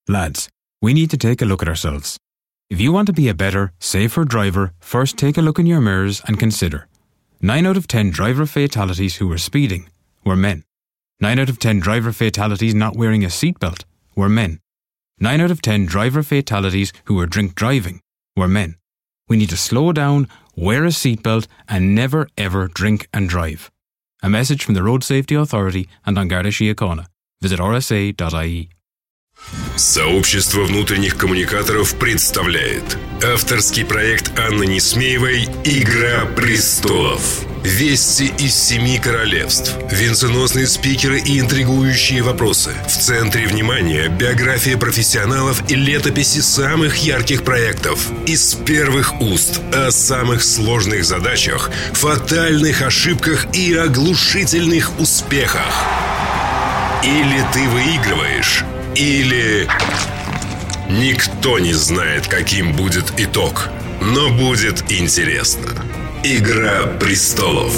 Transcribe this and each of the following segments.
Lads, we need to take a look at ourselves. If you want to be a better, safer driver, first take a look in your mirrors and consider. 9 out of 10 driver fatalities who were speeding were men. 9 out of 10 driver fatalities not wearing a seatbelt were men. 9 out of 10 driver fatalities who were drink driving were men. We need to slow down, wear a seatbelt, and never ever drink and drive. A message from the Road Safety Authority and An Garda Síochána. Visit rsa.ie. Сообщество внутренних коммуникаторов представляет авторский проект Анны Несмеевой «Игра престолов». Вести из 7 королевств, венценосные спикеры и интригующие вопросы. В центре внимания биография профессионалов и летописи самых ярких проектов. Из первых уст о самых сложных задачах, фатальных ошибках и оглушительных успехах. Или ты выигрываешь, или никто не знает, каким будет итог. Но будет интересно. Игра престолов.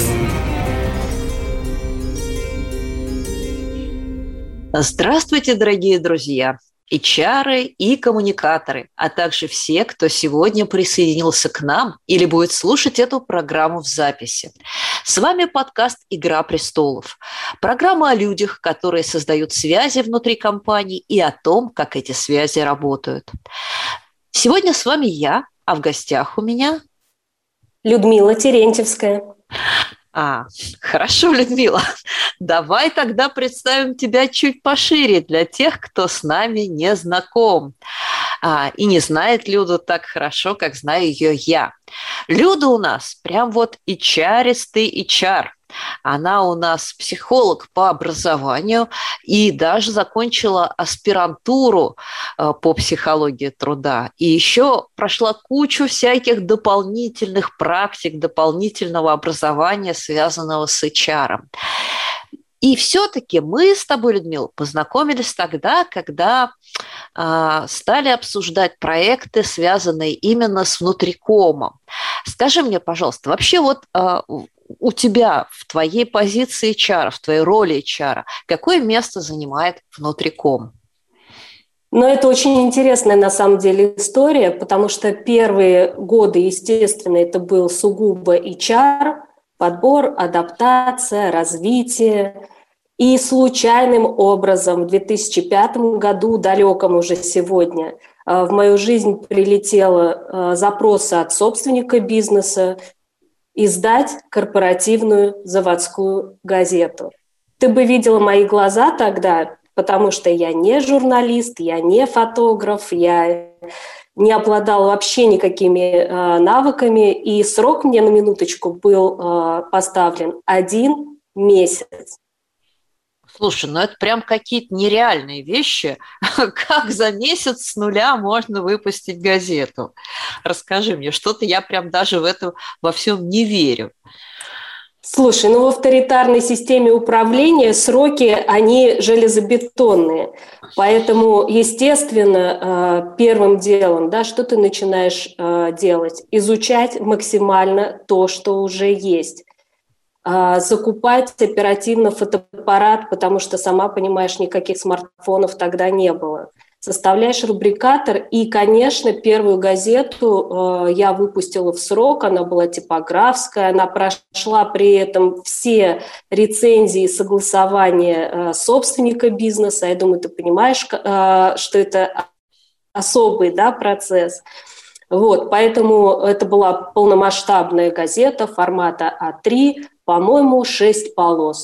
Здравствуйте, дорогие друзья, HR и коммуникаторы, а также все, кто сегодня присоединился к нам или будет слушать эту программу в записи. С вами подкаст «Игра престолов». Программа о людях, которые создают связи внутри компаний и о том, как эти связи работают. Сегодня с вами я, а в гостях у меня Людмила Терентьевская. Хорошо, Людмила. Давай тогда представим тебя чуть пошире для тех, кто с нами не знаком и не знает Люду так хорошо, как знаю ее я. Люда у нас прям вот HR-истый HR. Она у нас психолог по образованию и даже закончила аспирантуру по психологии труда. И еще прошла кучу всяких дополнительных практик, дополнительного образования, связанного с HR. И все-таки мы с тобой, Людмила, познакомились тогда, когда стали обсуждать проекты, связанные именно с внутрикомом. Скажи мне, пожалуйста, вообще вот у тебя в твоей позиции HR, в твоей роли HR, какое место занимает внутриком? Но это очень интересная на самом деле история, потому что первые годы, естественно, это был сугубо HR, подбор, адаптация, развитие. И случайным образом в 2005 году, далеком уже сегодня, в мою жизнь прилетел запрос от собственника бизнеса издать корпоративную заводскую газету. Ты бы видела мои глаза тогда, потому что я не журналист, я не фотограф, я не обладала вообще никакими навыками, и срок мне на минуточку был поставлен 1 месяц. Слушай, ну это прям какие-то нереальные вещи. Как за месяц с нуля можно выпустить газету? Расскажи мне, что-то я прям даже в это во всем не верю. Слушай, ну в авторитарной системе управления сроки, они железобетонные. Поэтому, естественно, первым делом, да, что ты начинаешь делать? Изучать максимально то, что уже есть. Закупать оперативно фотоаппарат, потому что, сама понимаешь, никаких смартфонов тогда не было. Составляешь рубрикатор, и, конечно, первую газету я выпустила в срок, она была типографская, она прошла при этом все рецензии и согласования собственника бизнеса. Я думаю, ты понимаешь, что это особый, да, процесс. Вот, поэтому это была полномасштабная газета формата А3, по-моему, 6 полос.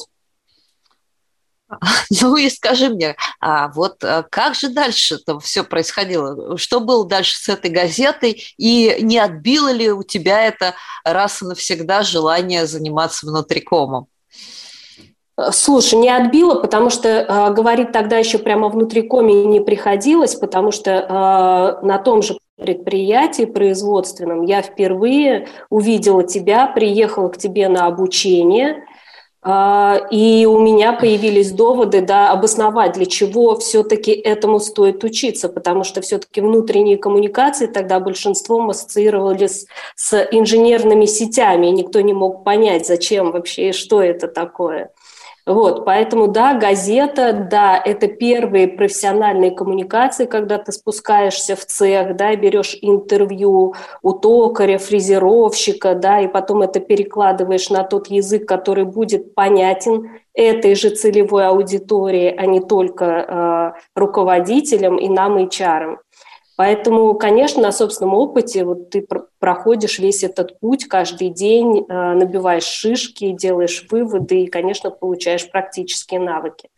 Ну и скажи мне, как же дальше-то все происходило? Что было дальше с этой газетой? И не отбило ли у тебя это раз и навсегда желание заниматься внутрикомом? Слушай, не отбило, потому что говорить тогда еще прямо о внутрикоме не приходилось, потому что на том же предприятии производственном я впервые увидела тебя, приехала к тебе на обучение, и у меня появились доводы, да, обосновать, для чего все-таки этому стоит учиться, потому что все-таки внутренние коммуникации тогда большинством ассоциировались с инженерными сетями, и никто не мог понять, зачем вообще и что это такое. Вот, поэтому, да, газета, да, это первые профессиональные коммуникации, когда ты спускаешься в цех, да, берешь интервью у токаря, фрезеровщика, да, и потом это перекладываешь на тот язык, который будет понятен этой же целевой аудитории, а не только руководителям и нам, HR. Поэтому, конечно, на собственном опыте вот ты проходишь весь этот путь каждый день, набиваешь шишки, делаешь выводы и, конечно, получаешь практические навыки.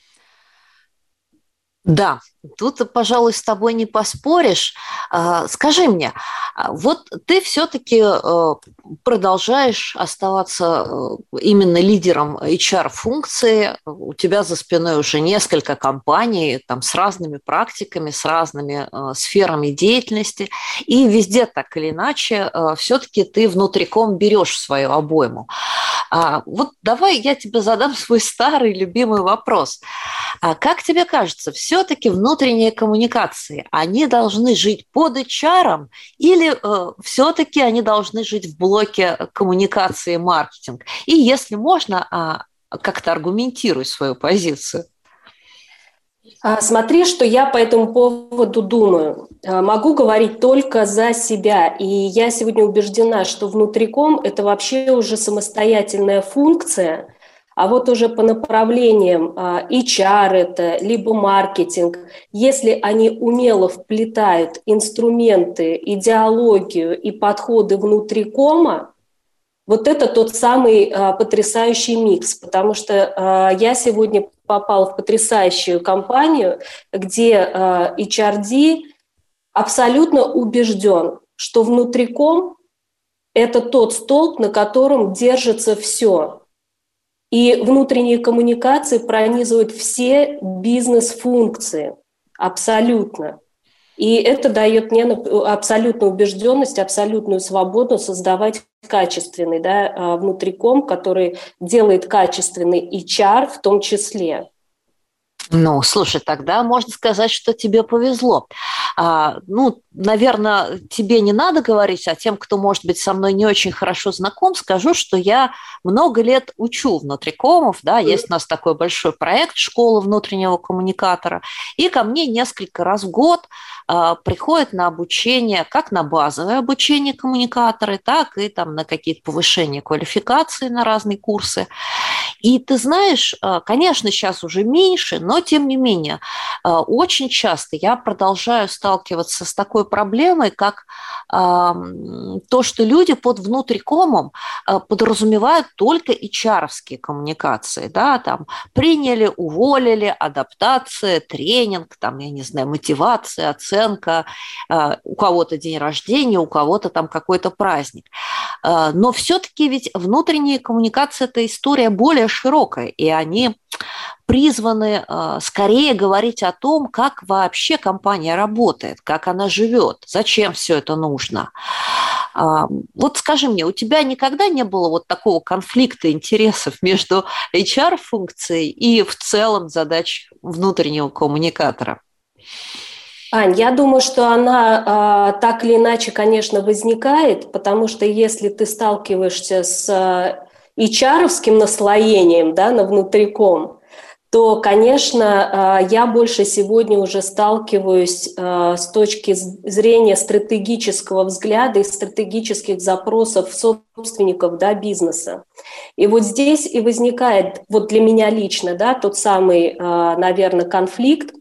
Да, тут, пожалуй, с тобой не поспоришь. Скажи мне, вот ты все-таки продолжаешь оставаться именно лидером HR-функции. У тебя за спиной уже несколько компаний там, с разными практиками, с разными сферами деятельности. И везде так или иначе все-таки ты внутриком берешь свою обойму. Вот давай я тебе задам свой старый любимый вопрос. Как тебе кажется, все-таки внутренние коммуникации, они должны жить под HR или все-таки они должны жить в блоке коммуникации и маркетинг? И если можно, как-то аргументируй свою позицию. Смотри, что я по этому поводу думаю. Могу говорить только за себя. И я сегодня убеждена, что внутриком – это вообще уже самостоятельная функция, а вот уже по направлениям HR это, либо маркетинг, если они умело вплетают инструменты, идеологию и подходы внутрикома, вот это тот самый потрясающий микс, потому что я сегодня попала в потрясающую компанию, где HRD абсолютно убежден, что внутриком – это тот столб, на котором держится все. И внутренние коммуникации пронизывают все бизнес-функции, абсолютно. И это дает мне абсолютную убежденность, абсолютную свободу создавать качественный внутриком, который делает качественный HR в том числе. Ну, слушай, тогда можно сказать, что тебе повезло. Наверное, тебе не надо говорить, а тем, кто, может быть, со мной не очень хорошо знаком, скажу, что я много лет учу внутрикомов, да, есть у нас такой большой проект «Школа внутреннего коммуникатора», и ко мне несколько раз в год приходят на обучение, как на базовое обучение коммуникаторы, так и там на какие-то повышения квалификации на разные курсы. И ты знаешь, конечно, сейчас уже меньше, но тем не менее, очень часто я продолжаю сталкиваться с такой проблемой, как то, что люди под внутрикомом подразумевают только HR-овские коммуникации, да, там приняли, уволили, адаптация, тренинг, там, я не знаю, мотивация, оценка, у кого-то день рождения, у кого-то там какой-то праздник. Но все-таки ведь внутренние коммуникации – это история более широкая, и они призваны скорее говорить о том, как вообще компания работает, как она живет, зачем все это нужно. Вот скажи мне, у тебя никогда не было вот такого конфликта интересов между HR-функцией и в целом задач внутреннего коммуникатора? Ань, я думаю, что она так или иначе, конечно, возникает, потому что если ты сталкиваешься с HR-овским наслоением, да, на внутриком, то, конечно, я больше сегодня уже сталкиваюсь с точки зрения стратегического взгляда и стратегических запросов собственников, да, бизнеса. И вот здесь и возникает, вот для меня лично, да, тот самый, наверное, конфликт,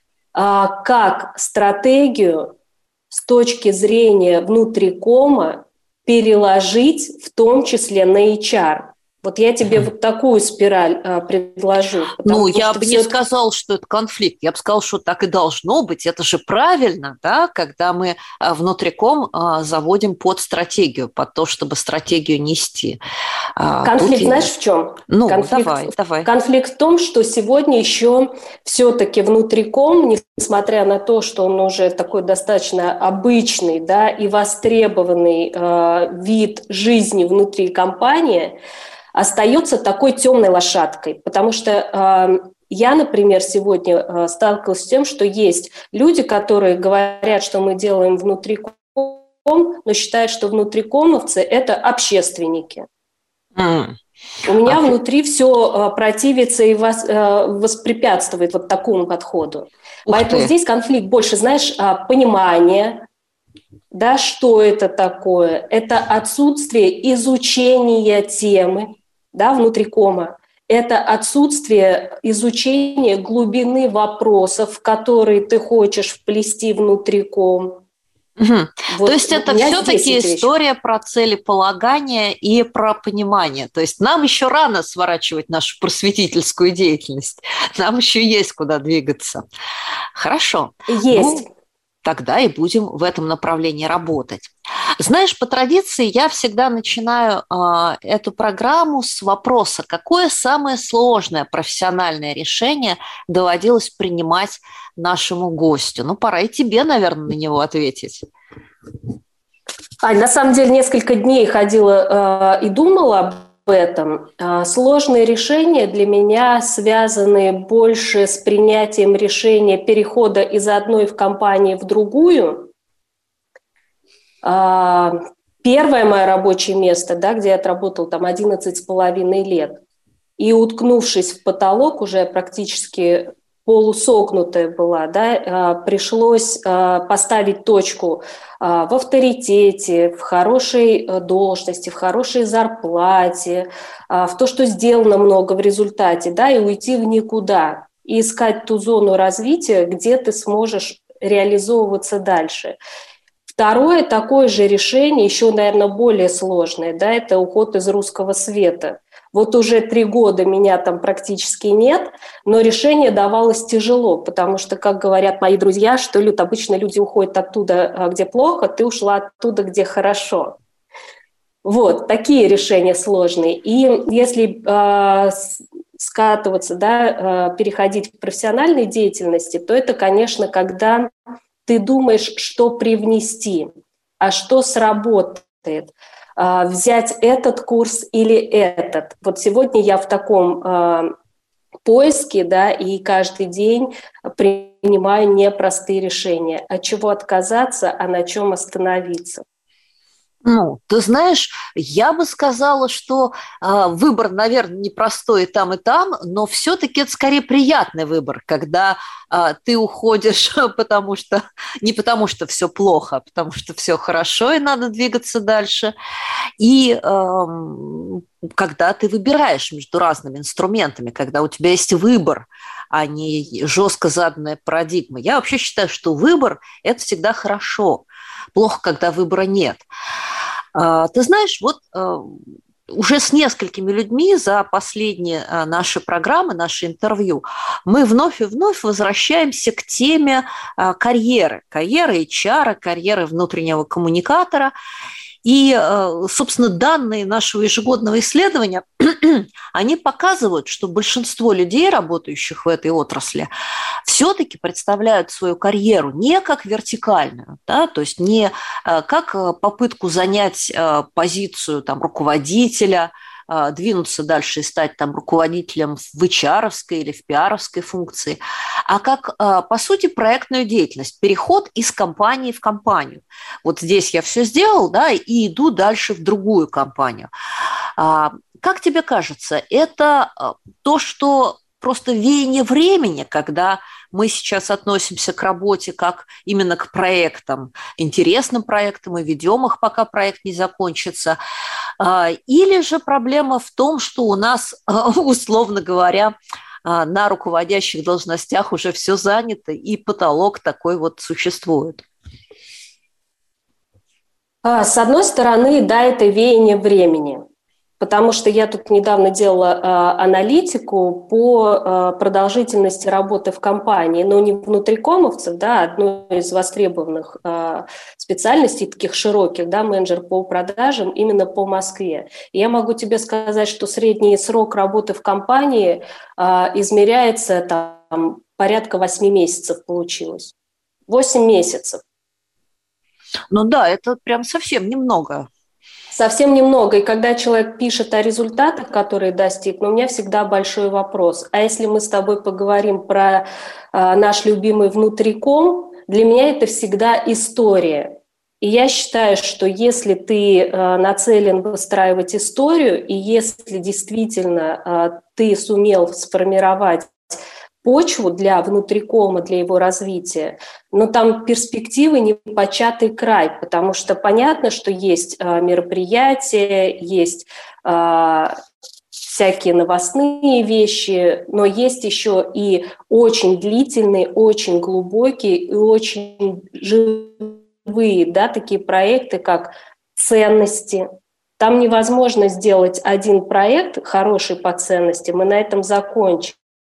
как стратегию с точки зрения внутрикома переложить в том числе на HR. Вот я тебе вот такую спираль предложу. Я бы не сказала, что это конфликт. Я бы сказала, что так и должно быть. Это же правильно, да, когда мы внутриком заводим под стратегию, под то, чтобы стратегию нести. Конфликт знаешь в чем? Давай. Конфликт в том, что сегодня еще все-таки внутриком, несмотря на то, что он уже такой достаточно обычный, да, и востребованный вид жизни внутри компании, остается такой темной лошадкой, потому что я, например, сегодня сталкивалась с тем, что есть люди, которые говорят, что мы делаем внутриком, но считают, что внутрикомовцы – это общественники. У меня внутри все противится и воспрепятствует вот такому подходу. Поэтому здесь конфликт больше, знаешь, понимания, да, что это такое. Это отсутствие изучения темы, да, внутри кома. Это отсутствие изучения глубины вопросов, в которые ты хочешь вплести внутри ком. Угу. Вот, то есть это все-таки история про целеполагание и про понимание. То есть нам еще рано сворачивать нашу просветительскую деятельность. Нам еще есть куда двигаться. Хорошо. Есть. Ну, тогда и будем в этом направлении работать. Знаешь, по традиции я всегда начинаю эту программу с вопроса, какое самое сложное профессиональное решение доводилось принимать нашему гостю? Ну, пора и тебе, наверное, на него ответить. Ань, на самом деле несколько дней ходила и думала об этом. Сложные решения для меня связаны больше с принятием решения перехода из одной в компании в другую. Первое мое рабочее место, да, где я отработала там 11,5 лет, и уткнувшись в потолок, уже практически полусогнутая была, да, пришлось поставить точку в авторитете, в хорошей должности, в хорошей зарплате, в то, что сделано много в результате, да, и уйти в никуда, и искать ту зону развития, где ты сможешь реализовываться дальше. Второе такое же решение, еще, наверное, более сложное, да, это уход из русского света. Вот уже 3 года меня там практически нет, но решение давалось тяжело, потому что, как говорят мои друзья, что обычно люди уходят оттуда, где плохо, ты ушла оттуда, где хорошо. Вот, такие решения сложные. И если скатываться, да, переходить к профессиональной деятельности, то это, конечно, когда ты думаешь, что привнести, а что сработает, взять этот курс или этот. Вот сегодня я в таком поиске, да, и каждый день принимаю непростые решения. От чего отказаться, а на чем остановиться. Ну, ты знаешь, я бы сказала, что выбор, наверное, непростой и там, но все-таки это скорее приятный выбор, когда ты уходишь не потому что все плохо, а потому что все хорошо и надо двигаться дальше. И когда ты выбираешь между разными инструментами, когда у тебя есть выбор, а не жестко заданная парадигма. Я вообще считаю, что выбор – это всегда хорошо. Плохо, когда выбора нет. Ты знаешь, вот уже с несколькими людьми за последние наши программы, наши интервью, мы вновь и вновь возвращаемся к теме карьеры HR, карьеры внутреннего коммуникатора. И, собственно, данные нашего ежегодного исследования, они показывают, что большинство людей, работающих в этой отрасли, все-таки представляют свою карьеру не как вертикальную, да, то есть не как попытку занять позицию там, руководителя, двинуться дальше и стать там руководителем в HR-овской или в PR-овской функции, а как, по сути, проектную деятельность, переход из компании в компанию. Вот здесь я все сделал, да, и иду дальше в другую компанию. Как тебе кажется, это то, что просто веяние времени, когда мы сейчас относимся к работе как именно к проектам, интересным проектам, и ведем их, пока проект не закончится, или же проблема в том, что у нас, условно говоря, на руководящих должностях уже все занято, и потолок такой вот существует? С одной стороны, да, это веяние времени. Потому что я тут недавно делала аналитику по продолжительности работы в компании, но не внутрикомовцев, да, одной из востребованных специальностей, таких широких, да, менеджер по продажам именно по Москве. И я могу тебе сказать, что средний срок работы в компании измеряется там порядка 8 месяцев получилось. 8 месяцев. Ну да, это прям совсем немного. Совсем немного. И когда человек пишет о результатах, которые достиг, у меня всегда большой вопрос. А если мы с тобой поговорим про наш любимый внутриком, для меня это всегда история. И я считаю, что если ты нацелен выстраивать историю, и если действительно ты сумел сформировать почву для внутрикома, для его развития, но там перспективы непочатый край, потому что понятно, что есть мероприятия, есть всякие новостные вещи, но есть еще и очень длительные, очень глубокие и очень живые, да, такие проекты, как ценности. Там невозможно сделать один проект хороший по ценностям, и на этом закончить.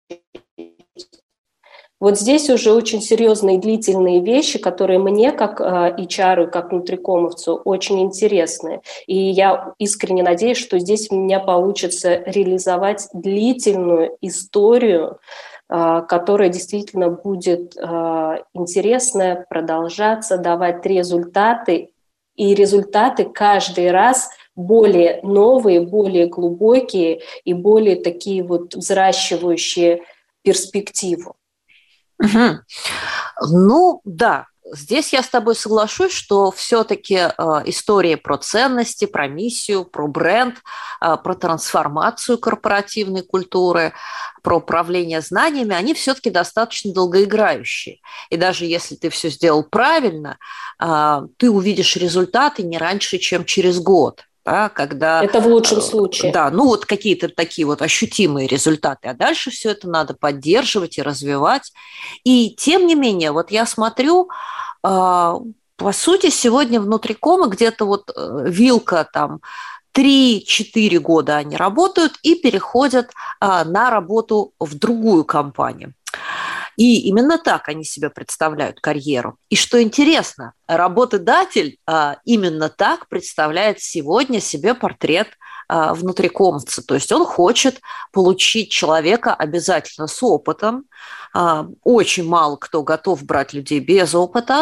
Вот здесь уже очень серьезные длительные вещи, которые мне, как HR, как внутрикомовцу, очень интересны. И я искренне надеюсь, что здесь у меня получится реализовать длительную историю, которая действительно будет интересная, продолжаться, давать результаты. И результаты каждый раз более новые, более глубокие и более такие вот взращивающие перспективу. Угу. Ну, да, здесь я с тобой соглашусь, что все-таки истории про ценности, про миссию, про бренд, про трансформацию корпоративной культуры, про управление знаниями, они все-таки достаточно долгоиграющие. И даже если ты все сделал правильно, ты увидишь результаты не раньше, чем через год. Да, когда, это в лучшем случае. Да, ну вот какие-то такие вот ощутимые результаты. А дальше все это надо поддерживать и развивать. И тем не менее, вот я смотрю, по сути, сегодня внутрикома где-то вот вилка там 3-4 года они работают и переходят на работу в другую компанию. И именно так они себе представляют карьеру. И что интересно, работодатель именно так представляет сегодня себе портрет внутрикомовца. То есть он хочет получить человека обязательно с опытом. Очень мало кто готов брать людей без опыта,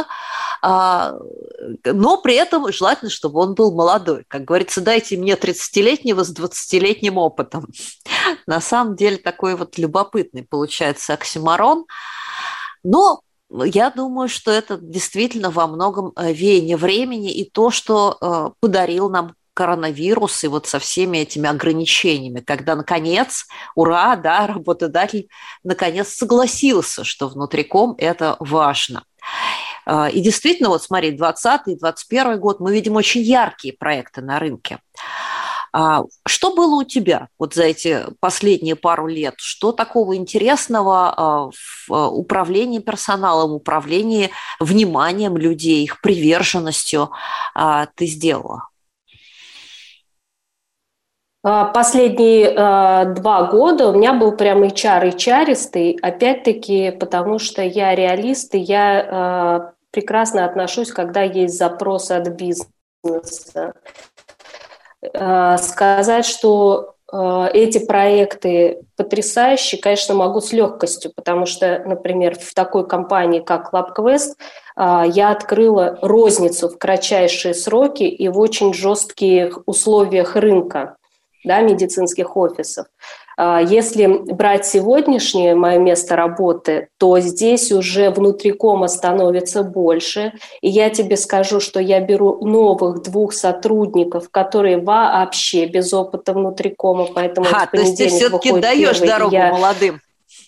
но при этом желательно, чтобы он был молодой. Как говорится, дайте мне 30-летнего с 20-летним опытом. На самом деле такой вот любопытный получается оксиморон. Но я думаю, что это действительно во многом веяние времени и то, что подарил нам коронавирус и вот со всеми этими ограничениями, когда, наконец, ура, да, работодатель наконец согласился, что внутриком это важно. И действительно, вот смотри, 2020 и 2021 год мы видим очень яркие проекты на рынке. Что было у тебя вот за эти последние пару лет? Что такого интересного в управлении персоналом, управлении вниманием людей, их приверженностью ты сделала? Последние 2 года у меня был прям HR-HR-истый, опять-таки, потому что я реалист, и я прекрасно отношусь, когда есть запрос от бизнеса. Сказать, что эти проекты потрясающие, конечно, могу с легкостью, потому что, например, в такой компании, как LabQuest, я открыла розницу в кратчайшие сроки и в очень жестких условиях рынка, да, медицинских офисов. Если брать сегодняшнее мое место работы, то здесь уже внутрикома становится больше. И я тебе скажу, что я беру новых 2 сотрудников, которые вообще без опыта внутрикома. Поэтому то есть ты все-таки даешь дорогу молодым?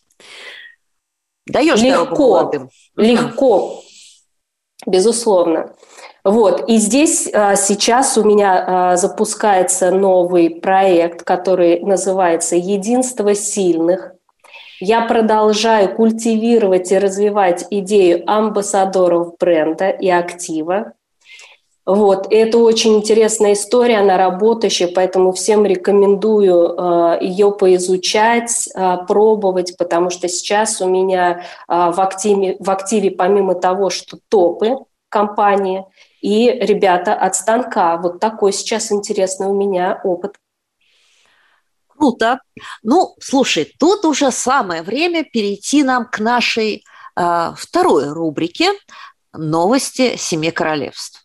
Даешь дорогу молодым? Легко, безусловно. Вот, и здесь сейчас у меня запускается новый проект, который называется «Единство сильных». Я продолжаю культивировать и развивать идею амбассадоров бренда и актива. Вот, это очень интересная история, она работающая, поэтому всем рекомендую ее поизучать, пробовать, потому что сейчас у меня в активе помимо того, что топы компании, и ребята от станка. Вот такой сейчас интересный у меня опыт. Круто. Ну, слушай, тут уже самое время перейти нам к нашей второй рубрике «Новости Семи Королевств».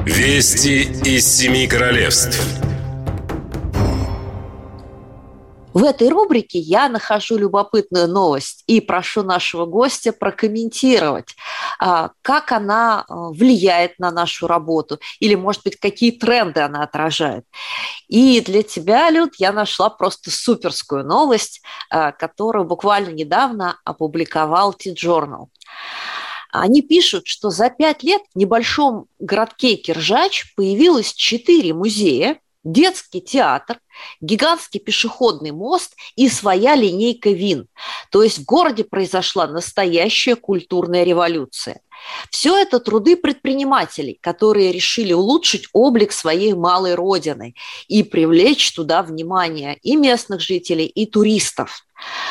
Вести из Семи Королевств. В этой рубрике я нахожу любопытную новость и прошу нашего гостя прокомментировать, как она влияет на нашу работу или, может быть, какие тренды она отражает. И для тебя, Люд, я нашла просто суперскую новость, которую буквально недавно опубликовал T-Journal. Они пишут, что за 5 лет в небольшом городке Киржач появилось 4 музея, детский театр, гигантский пешеходный мост и своя линейка вин. То есть в городе произошла настоящая культурная революция. Все это труды предпринимателей, которые решили улучшить облик своей малой родины и привлечь туда внимание и местных жителей, и туристов.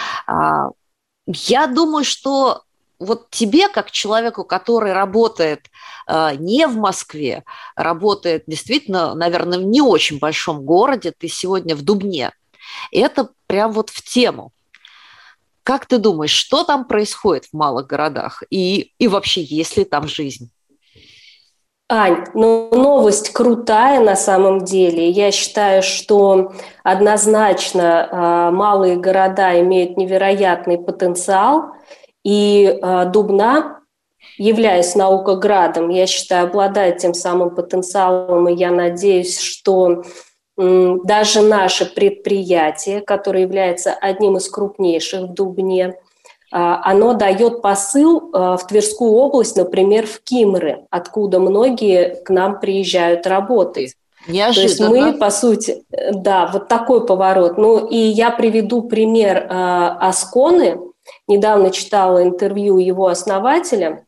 Я думаю, что вот тебе, как человеку, который работает не в Москве, работает действительно, наверное, в не очень большом городе, ты сегодня в Дубне, это прям вот в тему. Как ты думаешь, что там происходит в малых городах и вообще, есть ли там жизнь? Ань, ну новость крутая на самом деле. Я считаю, что однозначно малые города имеют невероятный потенциал. И Дубна, являясь наукоградом, я считаю, обладает тем самым потенциалом, и я надеюсь, что даже наше предприятие, которое является одним из крупнейших в Дубне, оно дает посыл в Тверскую область, например, в Кимры, откуда многие к нам приезжают работать. Неожиданно. То есть мы, по сути, да, вот такой поворот. Ну и я приведу пример Асконы. Недавно читала интервью его основателя.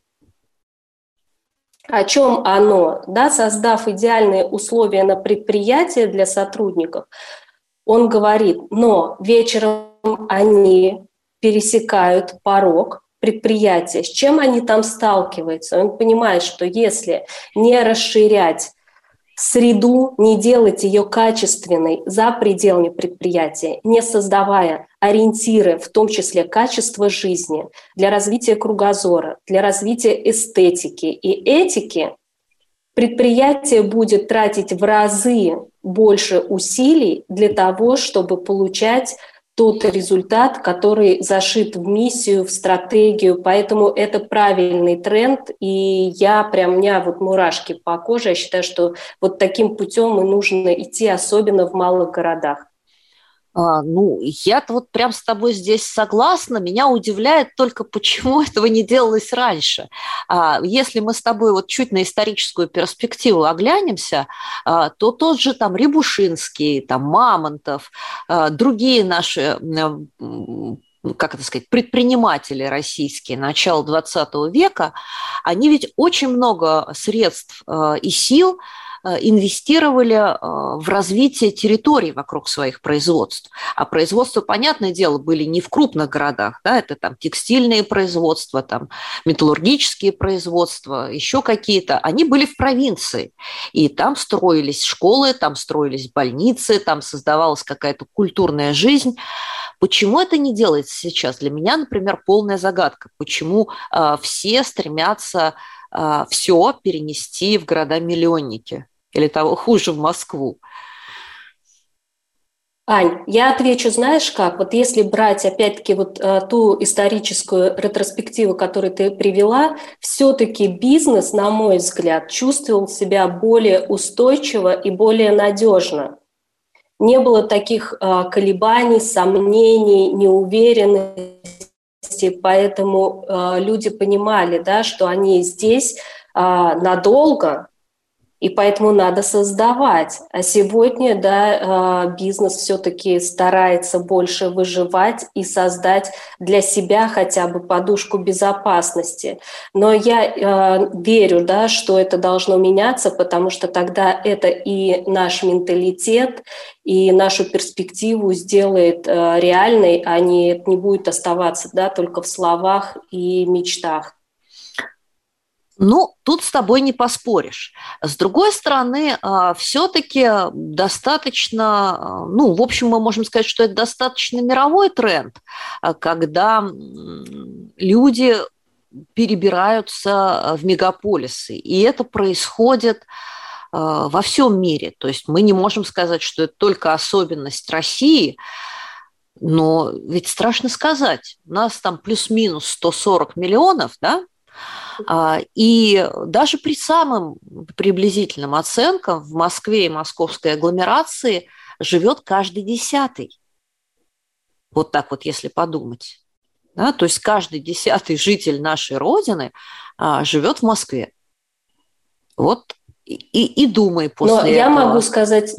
О чем оно? Да, создав идеальные условия на предприятии для сотрудников, он говорит, но вечером они пересекают порог предприятия. С чем они там сталкиваются? Он понимает, что если не расширять среду, не делать ее качественной за пределами предприятия, не создавая ориентиры, в том числе качество жизни, для развития кругозора, для развития эстетики и этики, предприятие будет тратить в разы больше усилий для того, чтобы получать тот результат, который зашит в миссию, в стратегию. Поэтому это правильный тренд, и у меня вот мурашки по коже. Я считаю, что вот таким путем и нужно идти, особенно в малых городах. Я-то вот прям с тобой здесь согласна. Меня удивляет только, почему этого не делалось раньше. Если мы с тобой вот чуть на историческую перспективу оглянемся, то тот же там Рябушинский, там Мамонтов, другие наши, как это сказать, предприниматели российские начала 20 века, они ведь очень много средств и сил инвестировали в развитие территорий вокруг своих производств. А производства, понятное дело, были не в крупных городах, да, это там текстильные производства, там металлургические производства, еще какие-то. Они были в провинции, и там строились школы, там строились больницы, там создавалась какая-то культурная жизнь. Почему это не делается сейчас? Для меня, например, полная загадка. Почему все стремятся все перенести в города-миллионники? Или того хуже, в Москву? Ань, я отвечу, знаешь как? Вот если брать, опять-таки, вот ту историческую ретроспективу, которую ты привела, все-таки бизнес, на мой взгляд, чувствовал себя более устойчиво и более надежно. Не было таких колебаний, сомнений, неуверенности, поэтому люди понимали, да, что они здесь надолго, и поэтому надо создавать. А сегодня, да, бизнес все-таки старается больше выживать и создать для себя хотя бы подушку безопасности. Но я верю, да, что это должно меняться, потому что тогда это и наш менталитет, и нашу перспективу сделает реальной, а не будет оставаться, да, только в словах и мечтах. Тут с тобой не поспоришь. С другой стороны, все-таки достаточно, в общем, мы можем сказать, что это достаточно мировой тренд, когда люди перебираются в мегаполисы, и это происходит во всем мире. То есть мы не можем сказать, что это только особенность России. Но ведь страшно сказать. У нас там плюс-минус 140 миллионов, да? И даже при самым приблизительным оценкам в Москве и московской агломерации живет каждый 10-й. Вот так вот, если подумать. Да? То есть каждый 10-й житель нашей Родины живет в Москве. Вот и думай после этого. Но я могу сказать,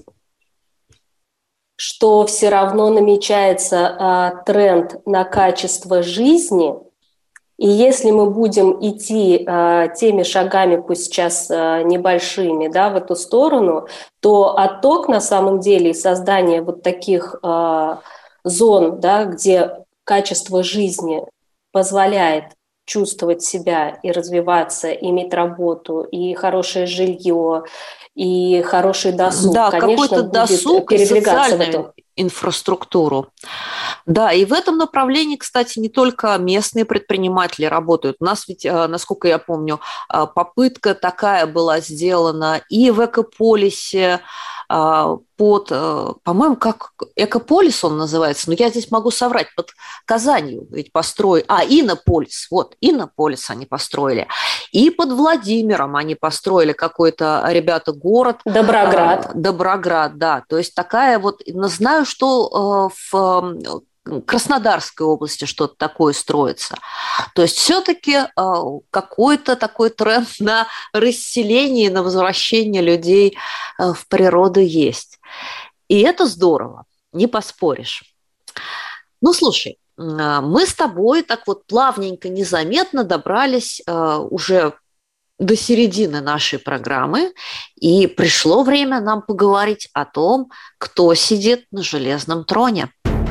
что все равно намечается тренд на качество жизни. И если мы будем идти теми шагами, пусть сейчас небольшими, да, в эту сторону, то отток на самом деле и создание вот таких зон, да, где качество жизни позволяет чувствовать себя и развиваться, иметь работу, и хорошее жилье, и хороший досуг, да, конечно, какой-то будет досуг передвигаться и в эту инфраструктуру. Да, и в этом направлении, кстати, не только местные предприниматели работают. У нас ведь, насколько я помню, попытка такая была сделана и в Экополисе, под, по-моему, как Экополис он называется, но я здесь могу соврать, под Казанью ведь построили, Иннополис, вот, Иннополис они построили, и под Владимиром они построили какой-то, ребята, город. Доброград, да, то есть такая вот, знаю, что в Краснодарской области что-то такое строится. То есть все-таки какой-то такой тренд на расселение, на возвращение людей в природу есть. И это здорово, не поспоришь. Ну, слушай, мы с тобой так вот плавненько, незаметно добрались уже до середины нашей программы, и пришло время нам поговорить о том, кто сидит на железном троне.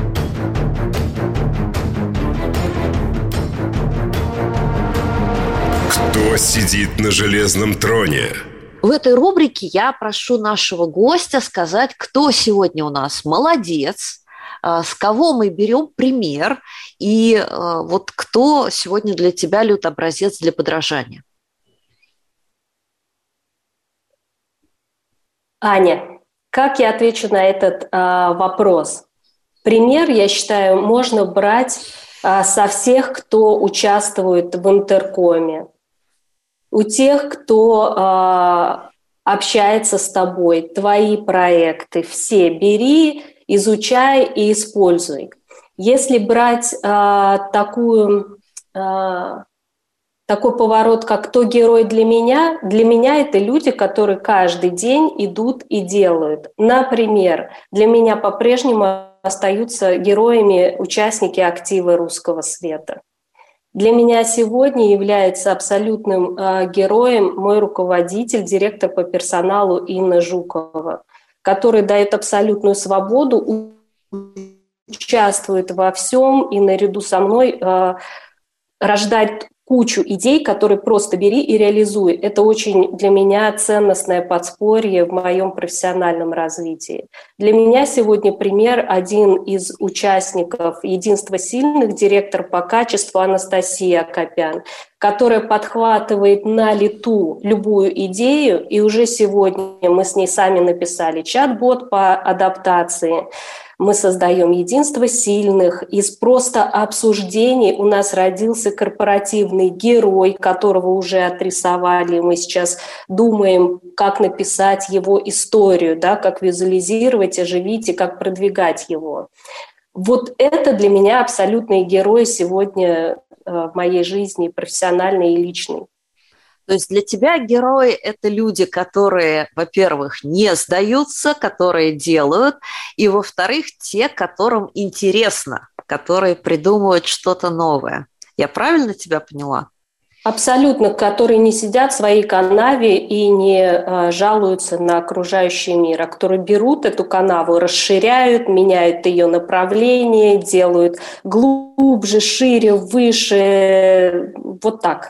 Кто сидит на железном троне? В этой рубрике я прошу нашего гостя сказать, кто сегодня у нас молодец, с кого мы берем пример, и вот кто сегодня для тебя, Люд, образец для подражания. Аня, как я отвечу на этот вопрос? Пример, я считаю, можно брать со всех, кто участвует в интеркоме. У тех, кто общается с тобой, твои проекты, все бери, изучай и используй. Если брать такой поворот, как «Кто герой для меня это люди, которые каждый день идут и делают. Например, для меня по-прежнему остаются героями участники актива «Русского света». Для меня сегодня является абсолютным героем мой руководитель, директор по персоналу Инна Жукова, который дает абсолютную свободу, участвует во всем и наряду со мной рождает кучу идей, которые просто бери и реализуй. Это очень для меня ценностное подспорье в моем профессиональном развитии. Для меня сегодня пример один из участников «Единства сильных», директор по качеству Анастасия Акопян, которая подхватывает на лету любую идею, и уже сегодня мы с ней сами написали чат-бот по адаптации. Мы создаем единство сильных. Из просто обсуждений у нас родился корпоративный герой, которого уже отрисовали. Мы сейчас думаем, как написать его историю, да, как визуализировать, оживить и как продвигать его. Вот это для меня абсолютные герои сегодня в моей жизни, профессиональной и личной. То есть для тебя герои – это люди, которые, во-первых, не сдаются, которые делают, и, во-вторых, те, которым интересно, которые придумывают что-то новое. Я правильно тебя поняла? Абсолютно, которые не сидят в своей канаве и не жалуются на окружающий мир, а которые берут эту канаву, расширяют, меняют ее направление, делают глубже, шире, выше, вот так.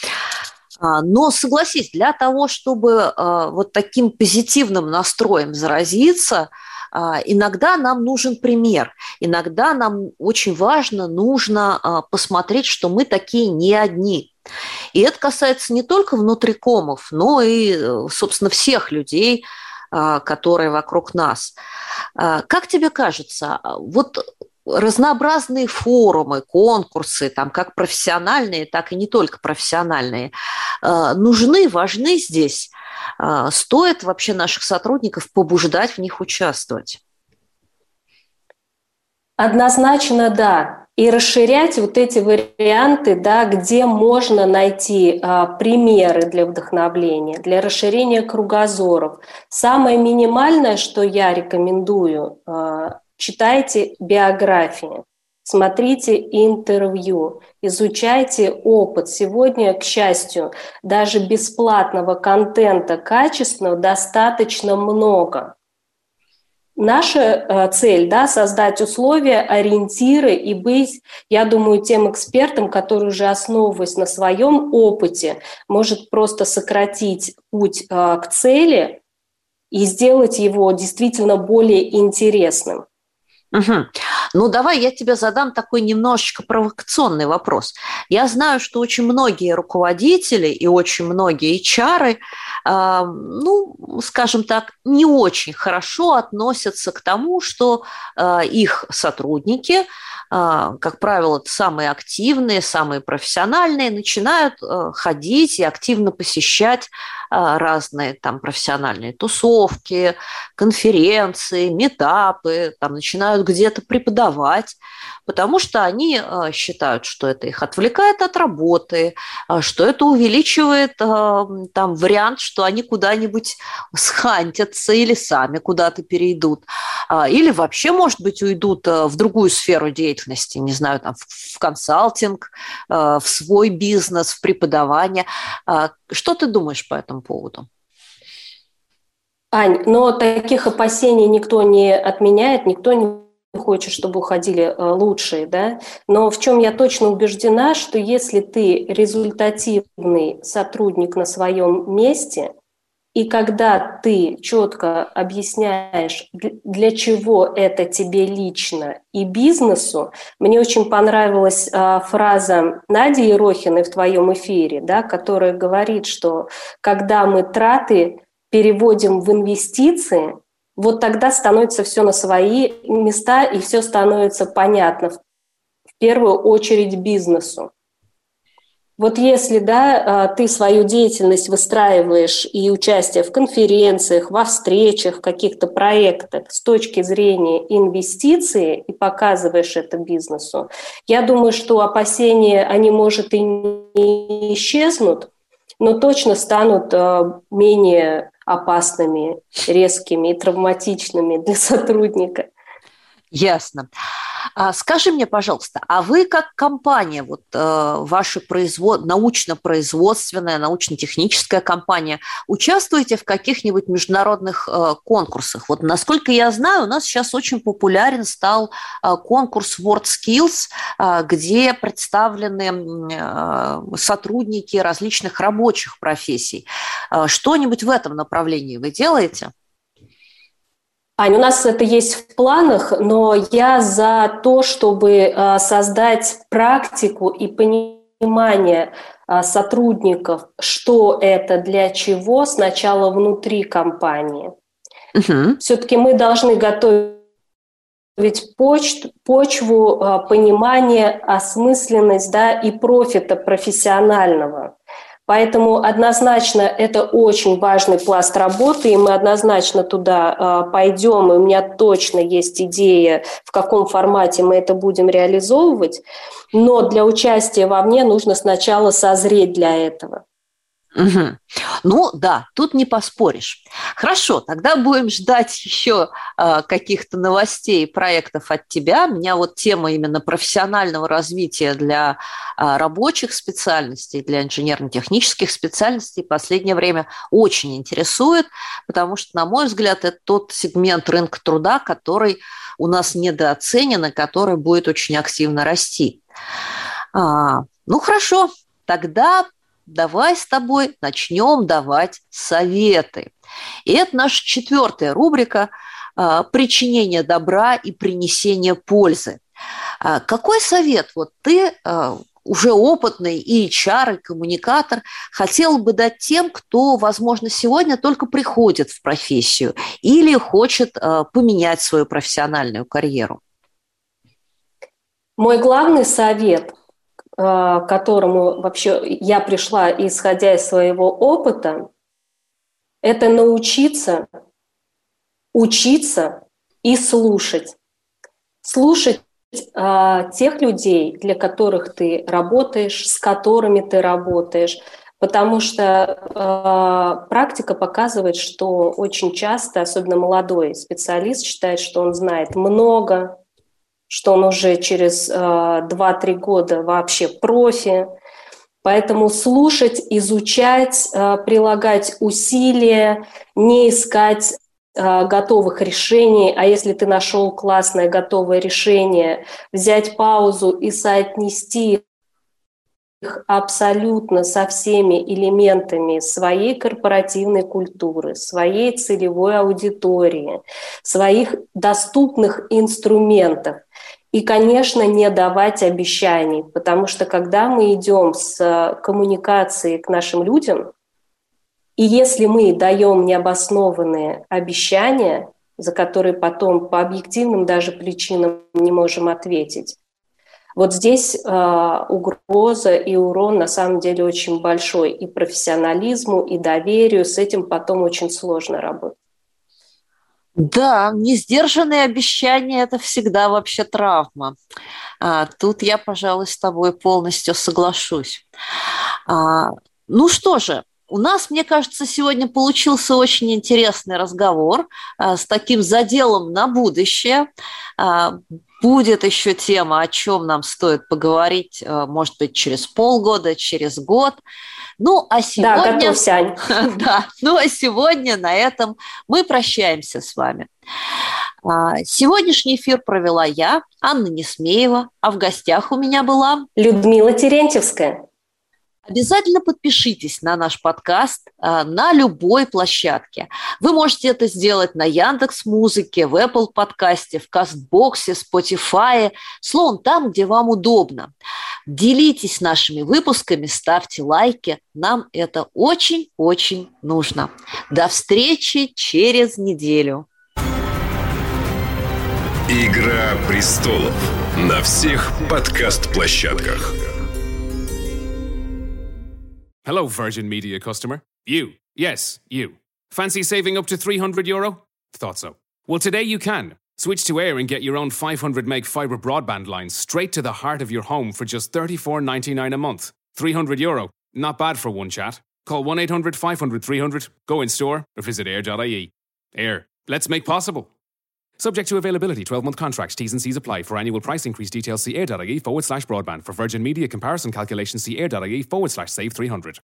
Но согласись, для того, чтобы вот таким позитивным настроем заразиться, иногда нам нужен пример. Иногда нам очень важно, нужно посмотреть, что мы такие не одни. И это касается не только внутрикомов, но и, собственно, всех людей, которые вокруг нас. Как тебе кажется, вот разнообразные форумы, конкурсы, там, как профессиональные, так и не только профессиональные, нужны, важны здесь? Стоит вообще наших сотрудников побуждать в них участвовать? Однозначно, да. И расширять вот эти варианты, да, где можно найти примеры для вдохновления, для расширения кругозоров. Самое минимальное, что я рекомендую, читайте биографии, смотрите интервью, изучайте опыт. Сегодня, к счастью, даже бесплатного контента качественного достаточно много. Наша цель, да, создать условия, ориентиры и быть, я думаю, тем экспертом, который уже, основываясь на своем опыте, может просто сократить путь к цели и сделать его действительно более интересным. Угу. Ну, давай я тебе задам такой немножечко провокационный вопрос. Я знаю, что очень многие руководители и очень многие HR, скажем так, не очень хорошо относятся к тому, что их сотрудники, как правило, самые активные, самые профессиональные, начинают ходить и активно посещать разные там профессиональные тусовки, конференции, митапы, там начинают где-то преподавать, потому что они считают, что это их отвлекает от работы, что это увеличивает там вариант, что они куда-нибудь схантятся или сами куда-то перейдут, или вообще, может быть, уйдут в другую сферу деятельности, не знаю, там, в консалтинг, в свой бизнес, в преподавание. Что ты думаешь по этому поводу? Ань, но таких опасений никто не отменяет, никто не хочет, чтобы уходили лучшие, да? Но в чем я точно убеждена, что если ты результативный сотрудник на своем месте, и когда ты четко объясняешь, для чего это тебе лично и бизнесу, мне очень понравилась фраза Нади Ерохиной в твоем эфире, да, которая говорит, что когда мы траты переводим в инвестиции, вот тогда становится все на свои места и все становится понятно, в первую очередь бизнесу. Вот если, да, ты свою деятельность выстраиваешь и участие в конференциях, во встречах, в каких-то проектах с точки зрения инвестиций и показываешь это бизнесу, я думаю, что опасения, они, может, и не исчезнут, но точно станут менее опасными, резкими и травматичными для сотрудника. Ясно. Скажи мне, пожалуйста, а вы как компания, вот ваша научно-производственная, научно-техническая компания, участвуете в каких-нибудь международных конкурсах? Вот насколько я знаю, у нас сейчас очень популярен стал конкурс WorldSkills, где представлены сотрудники различных рабочих профессий. Что-нибудь в этом направлении вы делаете? Ань, у нас это есть в планах, но я за то, чтобы создать практику и понимание сотрудников, что это для чего, сначала внутри компании. Все-таки мы должны готовить почву, понимание, осмысленность, да, и профита профессионального. Поэтому однозначно это очень важный пласт работы, и мы однозначно туда пойдем, и у меня точно есть идея, в каком формате мы это будем реализовывать, но для участия вовне нужно сначала созреть для этого. Угу. Ну да, тут не поспоришь. Хорошо, тогда будем ждать еще каких-то новостей, проектов от тебя. Меня вот тема именно профессионального развития для рабочих специальностей, для инженерно-технических специальностей в последнее время очень интересует, потому что, на мой взгляд, это тот сегмент рынка труда, который у нас недооценен и который будет очень активно расти. Ну хорошо, тогда давай с тобой начнем давать советы. И это наша 4-я рубрика «Причинение добра и принесение пользы». Какой совет вот ты, уже опытный и HR, и коммуникатор, хотел бы дать тем, кто, возможно, сегодня только приходит в профессию или хочет поменять свою профессиональную карьеру? Мой главный совет, к которому вообще я пришла, исходя из своего опыта, это научиться, учиться и слушать. Слушать тех людей, для которых ты работаешь, с которыми ты работаешь, потому что практика показывает, что очень часто, особенно молодой специалист, считает, что он знает много, что он уже через 2-3 года вообще профи. Поэтому слушать, изучать, прилагать усилия, не искать готовых решений, а если ты нашел классное готовое решение, взять паузу и соотнести их абсолютно со всеми элементами своей корпоративной культуры, своей целевой аудитории, своих доступных инструментов. И, конечно, не давать обещаний, потому что когда мы идем с коммуникацией к нашим людям, и если мы даем необоснованные обещания, за которые потом по объективным даже причинам не можем ответить, вот здесь угроза и урон на самом деле очень большой и профессионализму, и доверию, с этим потом очень сложно работать. Да, несдержанные обещания – это всегда вообще травма. Тут я, пожалуй, с тобой полностью соглашусь. Ну что же, у нас, мне кажется, сегодня получился очень интересный разговор с таким заделом на будущее. Будет еще тема, о чем нам стоит поговорить, может быть, через полгода, через год. Ну, а сегодня... Да, готовься, Ань. Да, ну, а сегодня на этом мы прощаемся с вами. Сегодняшний эфир провела я, Анна Несмеева, а в гостях у меня была... Людмила Терентьевская. Обязательно подпишитесь на наш подкаст на любой площадке. Вы можете это сделать на Яндекс.Музыке, в Apple подкасте, в Кастбоксе, Spotify, словом, там, где вам удобно. Делитесь нашими выпусками, ставьте лайки. Нам это очень-очень нужно. До встречи через неделю. «Игра престолов» на всех подкаст-площадках. Hello, Virgin Media customer. You. Yes, you. Fancy saving up to €300? Thought so. Well, today you can. Switch to Air and get your own 500 meg fibre broadband line straight to the heart of your home for just €34.99 a month. €300. Not bad for one chat. Call 1-800-500-300, go in store, or visit air.ie. Air. Let's make possible. Subject to availability, 12-month contracts, T's and C's apply. For annual price increase details, see air.ie/broadband. For Virgin Media comparison calculations, see air.ie/save300.